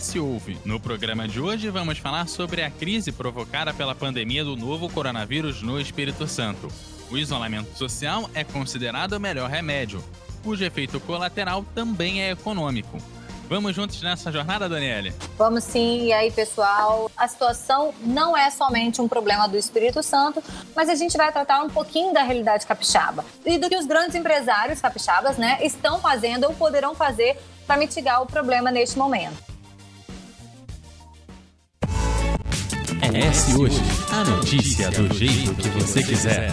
se ouve. No programa de hoje vamos falar sobre a crise provocada pela pandemia do novo coronavírus no Espírito Santo. O isolamento social é considerado o melhor remédio, cujo efeito colateral também é econômico. Vamos juntos nessa jornada, Daniele? Vamos sim. E aí, pessoal? A situação não é somente um problema do Espírito Santo, mas a gente vai tratar um pouquinho da realidade capixaba e do que os grandes empresários capixabas, estão fazendo ou poderão fazer para mitigar o problema neste momento. RS Hoje, a notícia do jeito que você quiser.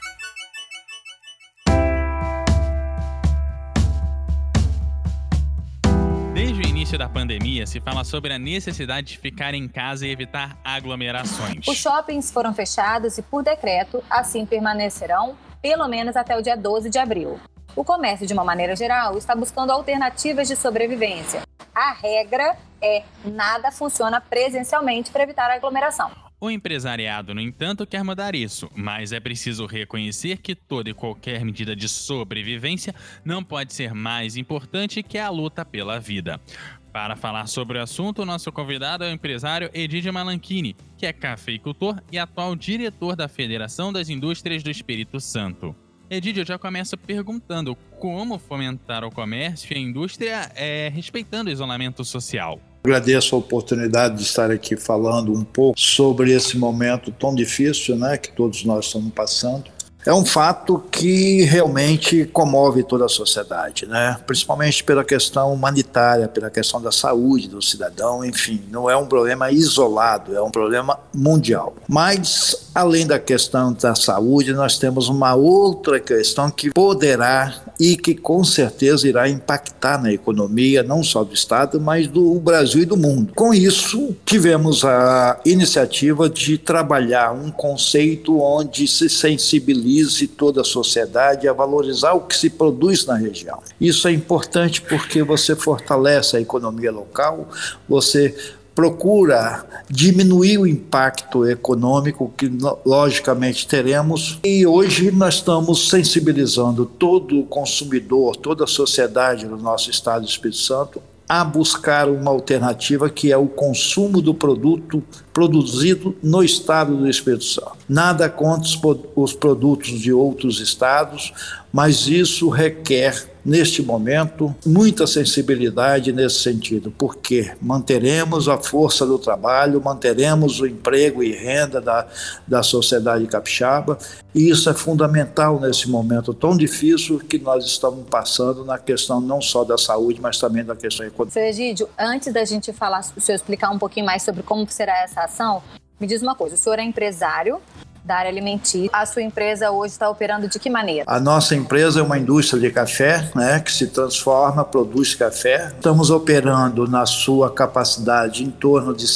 Desde o início da pandemia, se fala sobre a necessidade de ficar em casa e evitar aglomerações. Os shoppings foram fechados e, por decreto, assim permanecerão pelo menos até o dia 12 de abril. O comércio, de uma maneira geral, está buscando alternativas de sobrevivência. A regra é nada funciona presencialmente para evitar a aglomeração. O empresariado, no entanto, quer mudar isso, mas é preciso reconhecer que toda e qualquer medida de sobrevivência não pode ser mais importante que a luta pela vida. Para falar sobre o assunto, o nosso convidado é o empresário Edidio Malanchini, que é cafeicultor e atual diretor da Federação das Indústrias do Espírito Santo. Edidio, eu já começo perguntando como fomentar o comércio e a indústria respeitando o isolamento social. Agradeço a oportunidade de estar aqui falando um pouco sobre esse momento tão difícil, que todos nós estamos passando. É um fato que realmente comove toda a sociedade, principalmente pela questão humanitária, pela questão da saúde do cidadão, enfim, não é um problema isolado, é um problema mundial. Mas, além da questão da saúde, nós temos uma outra questão que poderá e que com certeza irá impactar na economia, não só do Estado, mas do Brasil e do mundo. Com isso, tivemos a iniciativa de trabalhar um conceito onde se sensibiliza toda a sociedade a valorizar o que se produz na região. Isso é importante porque você fortalece a economia local, você procura diminuir o impacto econômico que logicamente teremos, e hoje nós estamos sensibilizando todo o consumidor, toda a sociedade do nosso estado do Espírito Santo a buscar uma alternativa que é o consumo do produto produzido no estado do Espírito Santo. Nada contra os produtos de outros estados, mas isso requer, neste momento, muita sensibilidade nesse sentido, porque manteremos a força do trabalho, manteremos o emprego e renda da sociedade capixaba, e isso é fundamental nesse momento tão difícil que nós estamos passando na questão não só da saúde, mas também da questão econômica. Seu Edidio, antes da gente falar, o senhor explicar um pouquinho mais sobre como será essa ação, me diz uma coisa, o senhor é empresário da área alimentícia. A sua empresa hoje está operando de que maneira? A nossa empresa é uma indústria de café, que se transforma, produz café. Estamos operando na sua capacidade em torno de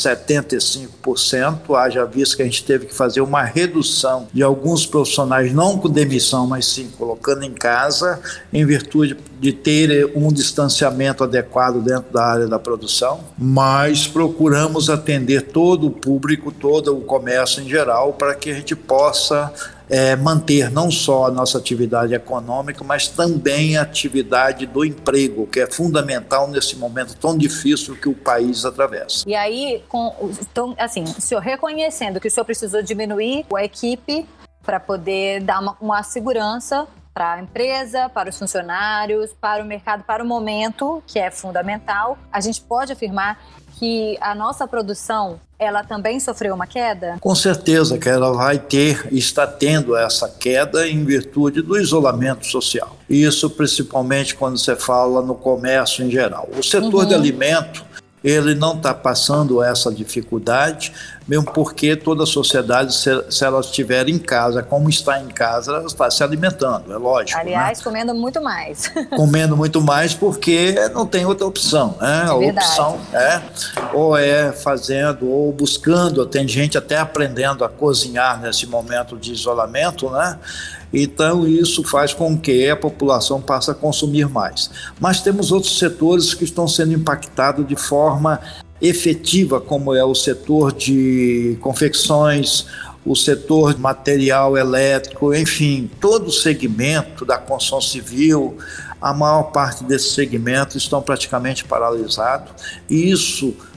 75%, haja visto que a gente teve que fazer uma redução de alguns profissionais, não com demissão, mas sim colocando em casa, em virtude de ter um distanciamento adequado dentro da área da produção, mas procuramos atender todo o público, todo o comércio em geral, para que a gente possa manter não só a nossa atividade econômica, mas também a atividade do emprego, que é fundamental nesse momento tão difícil que o país atravessa. E aí, então, assim, o senhor reconhecendo que o senhor precisou diminuir a equipe para poder dar uma segurança para a empresa, para os funcionários, para o mercado, para o momento, que é fundamental, a gente pode afirmar que a nossa produção, ela também sofreu uma queda? Com certeza que ela vai ter, está tendo essa queda em virtude do isolamento social. Isso principalmente quando você fala no comércio em geral. O setor de alimento, ele não está passando essa dificuldade, mesmo porque toda a sociedade, se ela estiver em casa, como está em casa, ela está se alimentando, é lógico. Aliás, comendo muito mais. Comendo muito mais porque não tem outra opção, A opção ou é fazendo ou buscando, tem gente até aprendendo a cozinhar nesse momento de isolamento, Então isso faz com que a população passe a consumir mais. Mas temos outros setores que estão sendo impactados de forma efetiva, como é o setor de confecções, o setor de material elétrico, enfim, todo o segmento da construção civil, a maior parte desses segmentos estão praticamente paralisados, e isso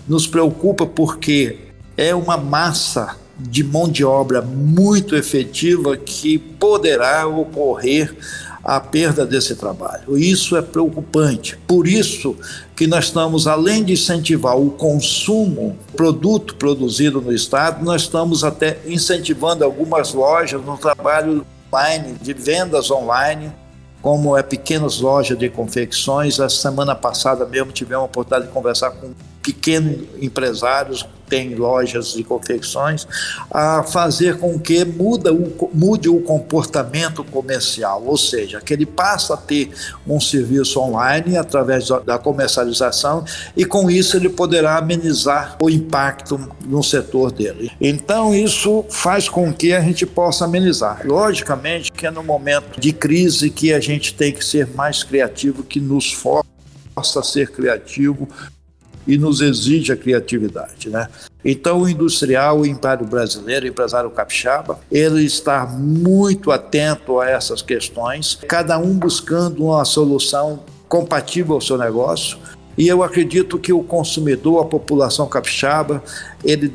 nos preocupa porque é uma massa de mão de obra muito efetiva que poderá ocorrer a perda desse trabalho. Isso é preocupante. Por isso que nós estamos, além de incentivar o consumo, produto produzido no Estado, nós estamos até incentivando algumas lojas no trabalho online, de vendas online, como pequenas lojas de confecções. A semana passada mesmo tivemos a oportunidade de conversar com pequenos empresários que têm lojas de confecções, a fazer com que mude o comportamento comercial, ou seja, que ele passa a ter um serviço online através da comercialização e com isso ele poderá amenizar o impacto no setor dele. Então isso faz com que a gente possa amenizar. Logicamente que é no momento de crise que a gente tem que ser mais criativo, que nos força a ser criativo e nos exige a criatividade, né? Então o industrial, o empresário brasileiro, o empresário capixaba, ele está muito atento a essas questões, cada um buscando uma solução compatível ao seu negócio. E eu acredito que o consumidor, a população capixaba, ele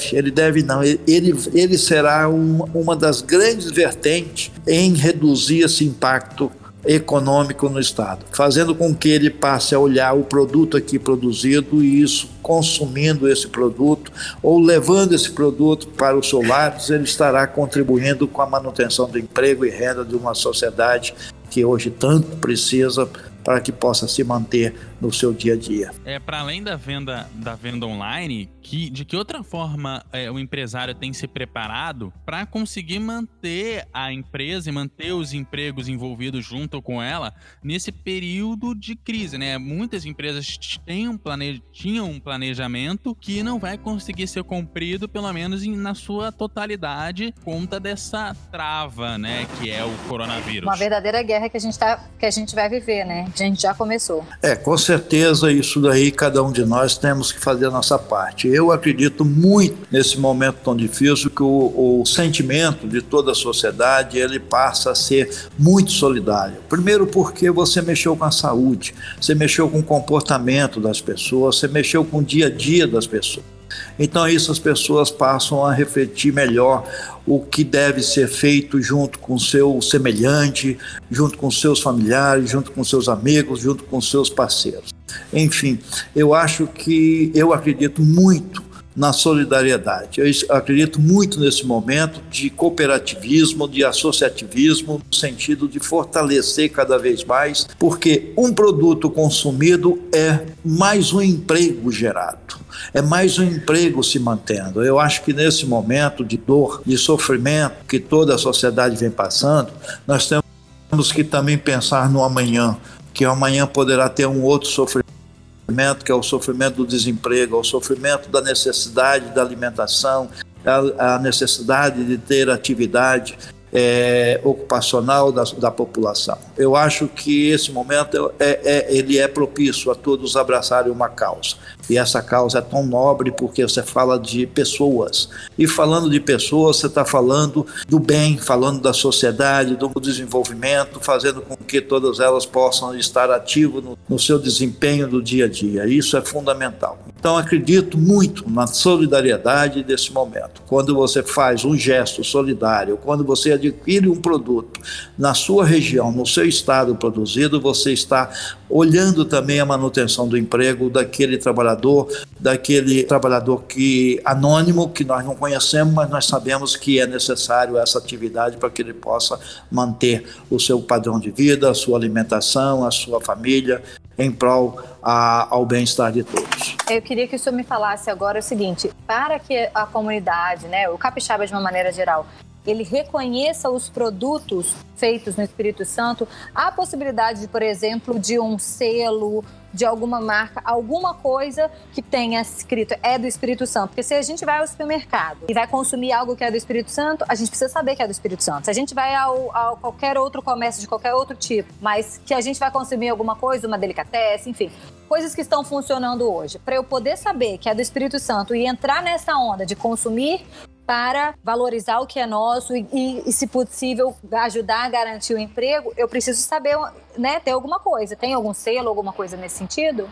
será uma das grandes vertentes em reduzir esse impacto econômico no Estado, fazendo com que ele passe a olhar o produto aqui produzido e isso, consumindo esse produto ou levando esse produto para os seus lares, ele estará contribuindo com a manutenção do emprego e renda de uma sociedade que hoje tanto precisa para que possa se manter no seu dia a dia. Para além da venda online, de que outra forma o empresário tem se preparado para conseguir manter a empresa e manter os empregos envolvidos junto com ela nesse período de crise, né? Muitas empresas tinham um planejamento que não vai conseguir ser cumprido, pelo menos na sua totalidade, por conta dessa trava, né? Que é o coronavírus. Uma verdadeira guerra que a gente vai viver, né? A gente já começou. Com certeza isso daí cada um de nós temos que fazer a nossa parte. Eu acredito muito nesse momento tão difícil que o sentimento de toda a sociedade ele passa a ser muito solidário. Primeiro porque você mexeu com a saúde, você mexeu com o comportamento das pessoas, você mexeu com o dia a dia das pessoas. Então isso as pessoas passam a refletir melhor o que deve ser feito junto com o seu semelhante, junto com seus familiares, junto com seus amigos, junto com seus parceiros. Enfim, eu acredito muito na solidariedade. Eu acredito muito nesse momento de cooperativismo, de associativismo, no sentido de fortalecer cada vez mais, porque um produto consumido é mais um emprego gerado, é mais um emprego se mantendo. Eu acho que nesse momento de dor, de sofrimento que toda a sociedade vem passando, nós temos que também pensar no amanhã, que o amanhã poderá ter um outro sofrimento, que é o sofrimento do desemprego, é o sofrimento da necessidade da alimentação, a necessidade de ter atividade ocupacional da população. Eu acho que esse momento ele é propício a todos abraçarem uma causa. E essa causa é tão nobre porque você fala de pessoas. E falando de pessoas, você está falando do bem, falando da sociedade, do desenvolvimento, fazendo com que todas elas possam estar ativas no seu desempenho do dia a dia. Isso é fundamental. Então, acredito muito na solidariedade desse momento. Quando você faz um gesto solidário, quando você adquire um produto na sua região, no seu estado produzido, você está olhando também a manutenção do emprego daquele trabalhador que anônimo, que nós não conhecemos, mas nós sabemos que é necessário essa atividade para que ele possa manter o seu padrão de vida, a sua alimentação, a sua família, em prol ao bem-estar de todos. Eu queria que o senhor me falasse agora o seguinte, para que a comunidade, né, o capixaba de uma maneira geral, ele reconheça os produtos feitos no Espírito Santo, há a possibilidade, por exemplo, de um selo, de alguma marca, alguma coisa que tenha escrito é do Espírito Santo. Porque se a gente vai ao supermercado e vai consumir algo que é do Espírito Santo, a gente precisa saber que é do Espírito Santo. Se a gente vai ao qualquer outro comércio de qualquer outro tipo, mas que a gente vai consumir alguma coisa, uma delicatessen, enfim, coisas que estão funcionando hoje, para eu poder saber que é do Espírito Santo e entrar nessa onda de consumir para valorizar o que é nosso e, se possível, ajudar a garantir o emprego, eu preciso saber, né, ter alguma coisa. Tem algum selo, alguma coisa nesse sentido?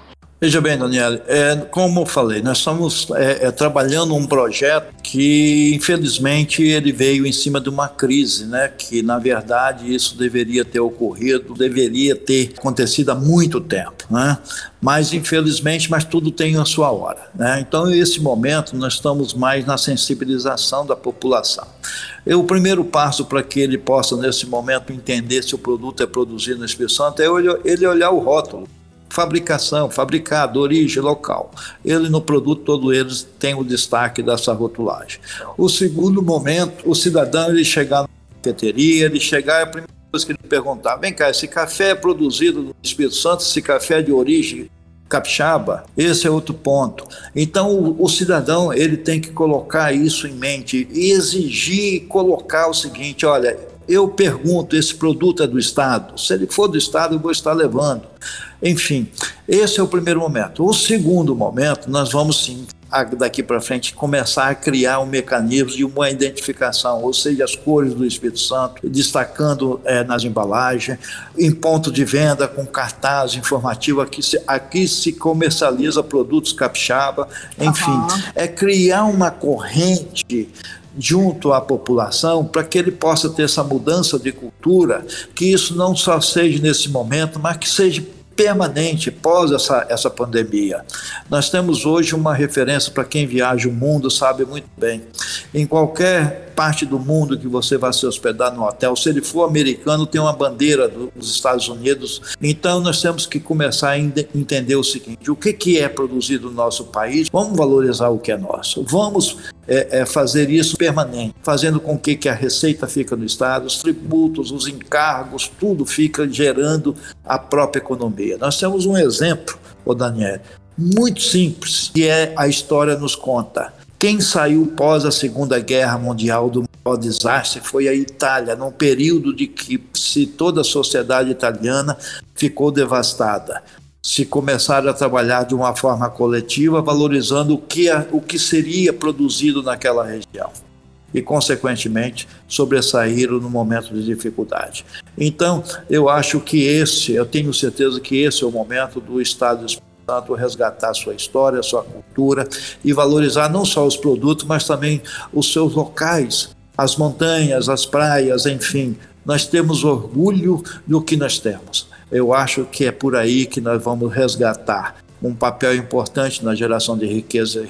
Veja bem, Daniel, como eu falei, nós estamos trabalhando um projeto que, infelizmente, ele veio em cima de uma crise, né? Que, na verdade, isso deveria ter ocorrido, deveria ter acontecido há muito tempo, né? Mas, infelizmente, tudo tem a sua hora, né? Então, nesse momento, nós estamos mais na sensibilização da população. O primeiro passo para que ele possa, nesse momento, entender se o produto é produzido no Espírito Santo é ele olhar o rótulo. Fabricação, fabricado, origem, local. Ele no produto, todos eles têm o destaque dessa rotulagem. O segundo momento, o cidadão ele chegar na cafeteria, ele chegar, a primeira coisa que ele perguntar, vem cá, esse café é produzido no Espírito Santo, esse café é de origem capixaba? Esse é outro ponto. Então o cidadão ele tem que colocar isso em mente e exigir, colocar o seguinte, olha, eu pergunto, esse produto é do Estado? Se ele for do Estado, eu vou estar levando. Enfim, esse é o primeiro momento. O segundo momento, nós vamos sim, daqui para frente, começar a criar um mecanismo de uma identificação, ou seja, as cores do Espírito Santo, destacando nas embalagens, em ponto de venda, com cartaz informativo, aqui se comercializa produtos capixaba, enfim, é criar uma corrente junto à população para que ele possa ter essa mudança de cultura, que isso não só seja nesse momento, mas que seja permanente pós essa pandemia. Nós temos hoje uma referência para quem viaja o mundo, sabe muito bem. Em qualquer parte do mundo que você vai se hospedar no hotel, se ele for americano, tem uma bandeira dos Estados Unidos. Então nós temos que começar a entender o seguinte, o que é produzido no nosso país, vamos valorizar o que é nosso, vamos fazer isso permanente, fazendo com que a receita fica no Estado, os tributos, os encargos, tudo fica gerando a própria economia. Nós temos um exemplo, Daniel, muito simples, que a história nos conta. Quem saiu pós a Segunda Guerra Mundial do maior desastre foi a Itália, num período de que toda a sociedade italiana ficou devastada. Se começaram a trabalhar de uma forma coletiva, valorizando o que seria produzido naquela região. E, consequentemente, sobressaíram no momento de dificuldade. Então, eu acho que eu tenho certeza que esse é o momento do Estado do Espírito Santo resgatar sua história, sua cultura e valorizar não só os produtos, mas também os seus locais, as montanhas, as praias, enfim. Nós temos orgulho do que nós temos. Eu acho que é por aí que nós vamos resgatar um papel importante na geração de riqueza.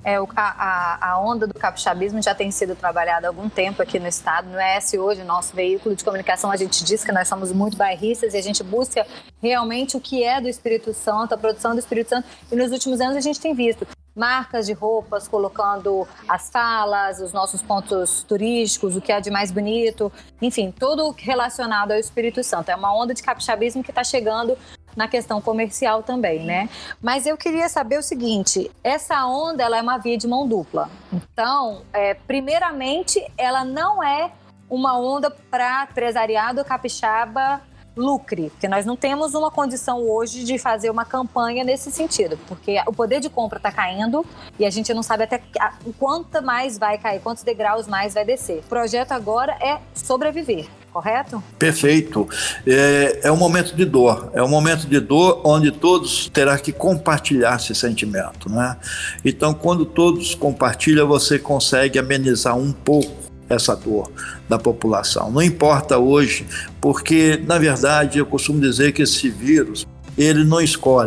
A onda do capixabismo já tem sido trabalhada há algum tempo aqui no Estado. No ES hoje, nosso veículo de comunicação, a gente diz que nós somos muito bairristas e a gente busca realmente o que é do Espírito Santo, a produção do Espírito Santo. E nos últimos anos a gente tem visto marcas de roupas colocando as falas, os nossos pontos turísticos, o que é de mais bonito, enfim, tudo relacionado ao Espírito Santo. É uma onda de capixabismo que está chegando na questão comercial também, né? Mas eu queria saber o seguinte, essa onda ela é uma via de mão dupla. Então, primeiramente, ela não é uma onda para empresariado capixaba lucre, porque nós não temos uma condição hoje de fazer uma campanha nesse sentido, porque o poder de compra está caindo e a gente não sabe até quanto mais vai cair, quantos degraus mais vai descer. O projeto agora é sobreviver, correto? Perfeito. É um momento de dor. É um momento de dor onde todos terão que compartilhar esse sentimento, né? Então, quando todos compartilham, você consegue amenizar um pouco essa dor da população. Não importa hoje, porque, na verdade, eu costumo dizer que esse vírus, ele não escolhe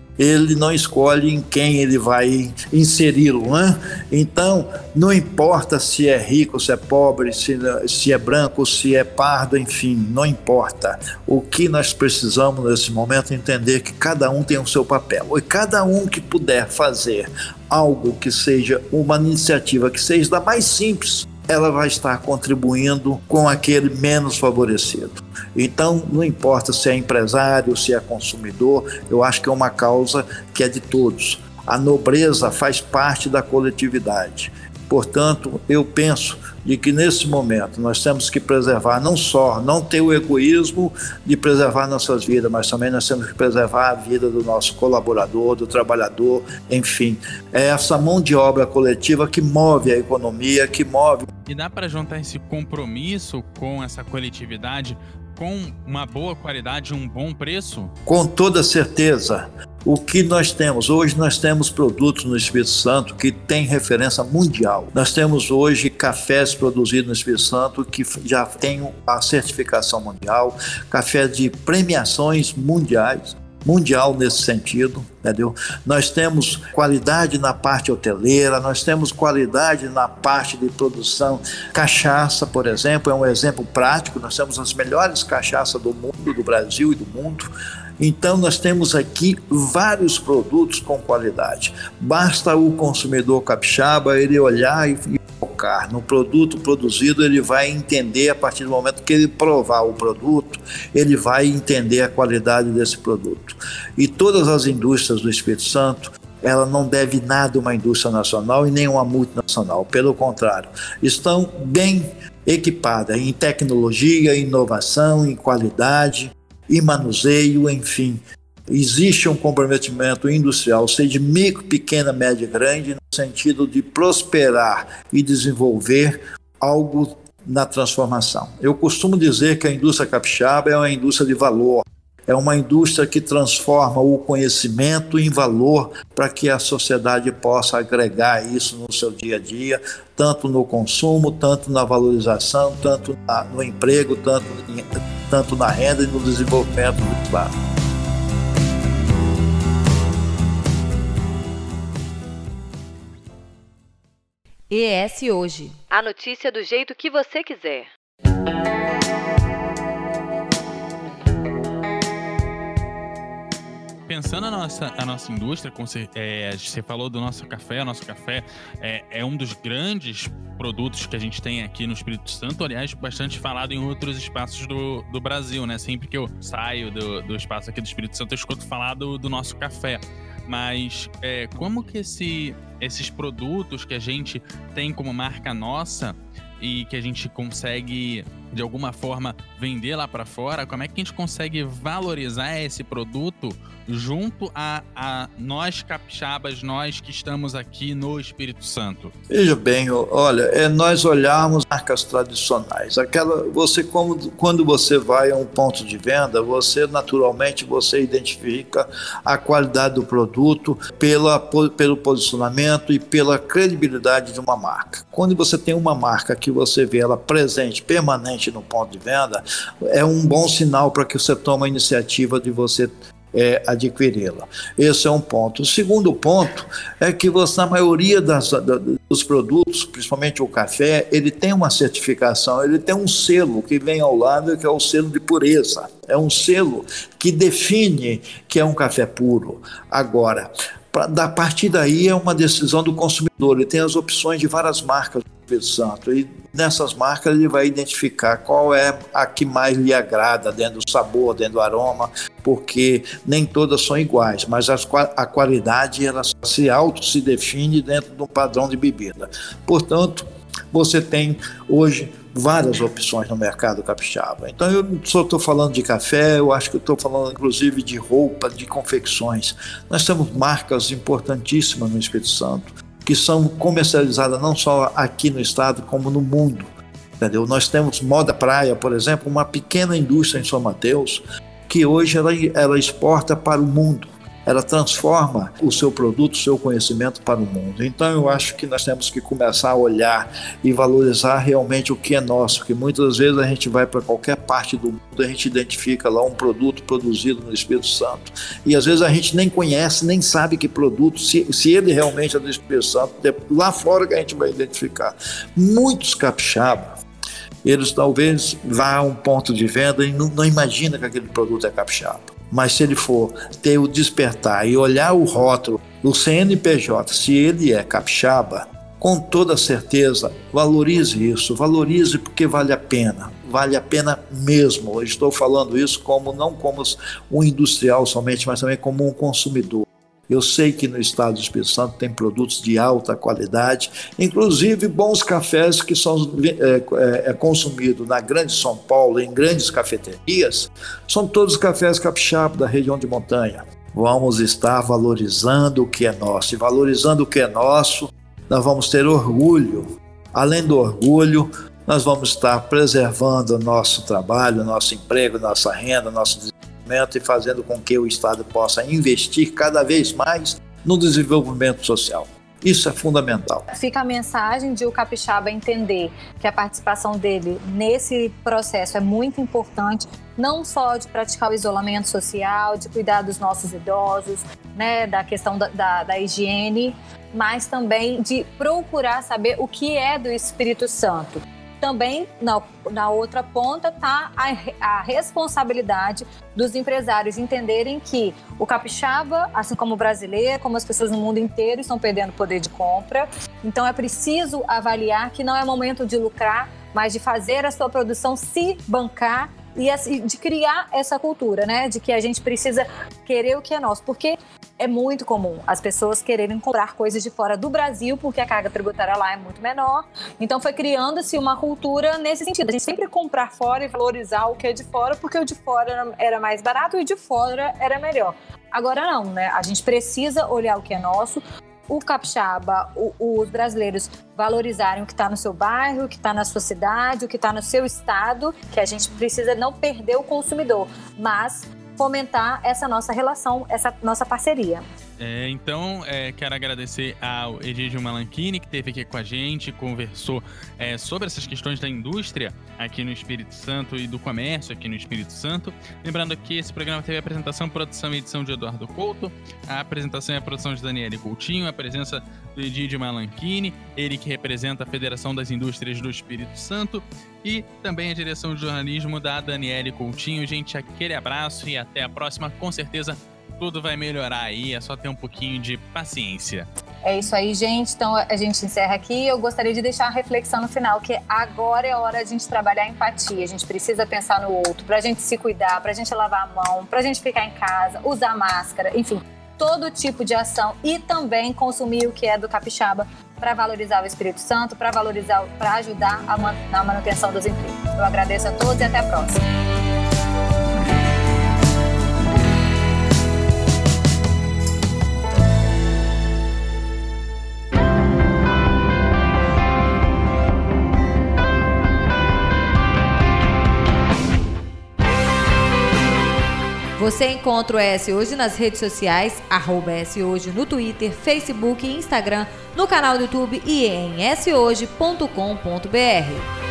em quem ele vai inseri-lo, né? Então, não importa se é rico, se é pobre, se é branco, se é pardo, enfim, não importa. O que nós precisamos nesse momento é entender que cada um tem o seu papel. E cada um que puder fazer algo que seja uma iniciativa, que seja da mais simples, ela vai estar contribuindo com aquele menos favorecido. Então, não importa se é empresário, se é consumidor, eu acho que é uma causa que é de todos. A nobreza faz parte da coletividade. Portanto, eu penso de que nesse momento nós temos que preservar não ter o egoísmo de preservar nossas vidas, mas também nós temos que preservar a vida do nosso colaborador, do trabalhador, enfim. É essa mão de obra coletiva que move a economia, que move. E dá para juntar esse compromisso com essa coletividade com uma boa qualidade e um bom preço? Com toda certeza. O que nós temos? Hoje nós temos produtos no Espírito Santo que têm referência mundial. Nós temos hoje cafés produzidos no Espírito Santo que já têm a certificação mundial, café de premiações mundial nesse sentido, entendeu? Nós temos qualidade na parte hoteleira, nós temos qualidade na parte de produção. Cachaça, por exemplo, é um exemplo prático. Nós temos as melhores cachaças do mundo, do Brasil e do mundo. Então nós temos aqui vários produtos com qualidade. Basta o consumidor capixaba ele olhar e focar no produto produzido. Ele vai entender, a partir do momento que ele provar o produto, ele vai entender a qualidade desse produto. E todas as indústrias do Espírito Santo, ela não deve nada a uma indústria nacional e nem uma multinacional. Pelo contrário, estão bem equipadas em tecnologia, inovação, em qualidade e manuseio, enfim. Existe um comprometimento industrial, seja micro, pequena, média e grande, no sentido de prosperar e desenvolver algo na transformação. Eu costumo dizer que a indústria capixaba é uma indústria de valor, é uma indústria que transforma o conhecimento em valor para que a sociedade possa agregar isso no seu dia a dia, tanto no consumo, tanto na valorização, tanto no emprego, tanto na renda e no desenvolvimento do Estado. ES Hoje. A notícia do jeito que você quiser. Pensando a nossa indústria, você falou do nosso café. O nosso café é um dos grandes produtos que a gente tem aqui no Espírito Santo, aliás, bastante falado em outros espaços do Brasil, né? Sempre que eu saio do espaço aqui do Espírito Santo, eu escuto falar do nosso café. Mas como que esses produtos que a gente tem como marca nossa e que a gente consegue, de alguma forma, vender lá para fora, como é que a gente consegue valorizar esse produto junto a nós capixabas, nós que estamos aqui no Espírito Santo? Veja bem, olha, nós olharmos marcas tradicionais. Quando você vai a um ponto de venda, naturalmente você identifica a qualidade do produto pelo posicionamento e pela credibilidade de uma marca. Quando você tem uma marca que você vê ela presente, permanente no ponto de venda, é um bom sinal para que você tome a iniciativa de você adquiri-la. Esse é um ponto. O segundo ponto é que na maioria dos produtos, principalmente o café, ele tem uma certificação, ele tem um selo que vem ao lado, que é o selo de pureza. É um selo que define que é um café puro. Agora, a partir daí é uma decisão do consumidor. Ele tem as opções de várias marcas do Espírito Santo e nessas marcas ele vai identificar qual é a que mais lhe agrada dentro do sabor, dentro do aroma, porque nem todas são iguais, mas a qualidade ela se define dentro de um padrão de bebida. Portanto, você tem hoje várias opções no mercado capixaba. Então eu só estou falando de café, eu acho que eu estou falando inclusive de roupa, de confecções. Nós temos marcas importantíssimas no Espírito Santo, que são comercializadas não só aqui no estado, como no mundo. Entendeu? Nós temos Moda Praia, por exemplo, uma pequena indústria em São Mateus, que hoje ela exporta para o mundo. Ela transforma o seu produto, o seu conhecimento para o mundo. Então eu acho que nós temos que começar a olhar e valorizar realmente o que é nosso, porque muitas vezes a gente vai para qualquer parte do mundo, a gente identifica lá um produto produzido no Espírito Santo, e às vezes a gente nem conhece, nem sabe que produto, se ele realmente é do Espírito Santo, é lá fora que a gente vai identificar. Muitos capixabas, eles talvez vá a um ponto de venda e não imagina que aquele produto é capixaba. Mas se ele for ter o despertar e olhar o rótulo do CNPJ, se ele é capixaba, com toda certeza, valorize isso, valorize porque vale a pena mesmo. Eu estou falando isso não como um industrial somente, mas também como um consumidor. Eu sei que no estado do Espírito Santo tem produtos de alta qualidade, inclusive bons cafés que são consumidos na Grande São Paulo, em grandes cafeterias, são todos cafés capixaba da região de montanha. Vamos estar valorizando o que é nosso, e valorizando o que é nosso, nós vamos ter orgulho. Além do orgulho, nós vamos estar preservando o nosso trabalho, nosso emprego, nossa renda, nosso desenvolvimento e fazendo com que o Estado possa investir cada vez mais no desenvolvimento social. Isso é fundamental. Fica a mensagem de o capixaba entender que a participação dele nesse processo é muito importante, não só de praticar o isolamento social, de cuidar dos nossos idosos, né, da questão da higiene, mas também de procurar saber o que é do Espírito Santo. Também, na outra ponta, está a responsabilidade dos empresários entenderem que o capixaba, assim como o brasileiro, como as pessoas no mundo inteiro, estão perdendo poder de compra. Então, é preciso avaliar que não é momento de lucrar, mas de fazer a sua produção se bancar e de criar essa cultura, né? De que a gente precisa querer o que é nosso. Porque é muito comum as pessoas quererem comprar coisas de fora do Brasil, porque a carga tributária lá é muito menor. Então foi criando-se uma cultura nesse sentido. A gente sempre comprar fora e valorizar o que é de fora, porque o de fora era mais barato e o de fora era melhor. Agora não, né? A gente precisa olhar o que é nosso. O capixaba, os brasileiros valorizarem o que está no seu bairro, o que está na sua cidade, o que está no seu estado, que a gente precisa não perder o consumidor, mas fomentar essa nossa relação, essa nossa parceria. Então, quero agradecer ao Egídio Malanchini, que esteve aqui com a gente, conversou sobre essas questões da indústria aqui no Espírito Santo e do comércio aqui no Espírito Santo. Lembrando que esse programa teve a apresentação, produção e edição de Eduardo Couto, a apresentação e a produção de Daniele Coutinho, a presença do Egídio Malanchini, ele que representa a Federação das Indústrias do Espírito Santo, e também a direção de jornalismo da Daniele Coutinho. Gente, aquele abraço e até a próxima, com certeza tudo vai melhorar aí, é só ter um pouquinho de paciência. É isso aí, gente. Então a gente encerra aqui. Eu gostaria de deixar uma reflexão no final, que agora é a hora de a gente trabalhar a empatia. A gente precisa pensar no outro, pra gente se cuidar, pra gente lavar a mão, pra gente ficar em casa, usar máscara, enfim, todo tipo de ação, e também consumir o que é do capixaba para valorizar o Espírito Santo, para ajudar na manutenção dos empregos. Eu agradeço a todos e até a próxima. Você encontra o ES Hoje nas redes sociais, @ES Hoje no Twitter, Facebook e Instagram, no canal do YouTube e em eshoje.com.br.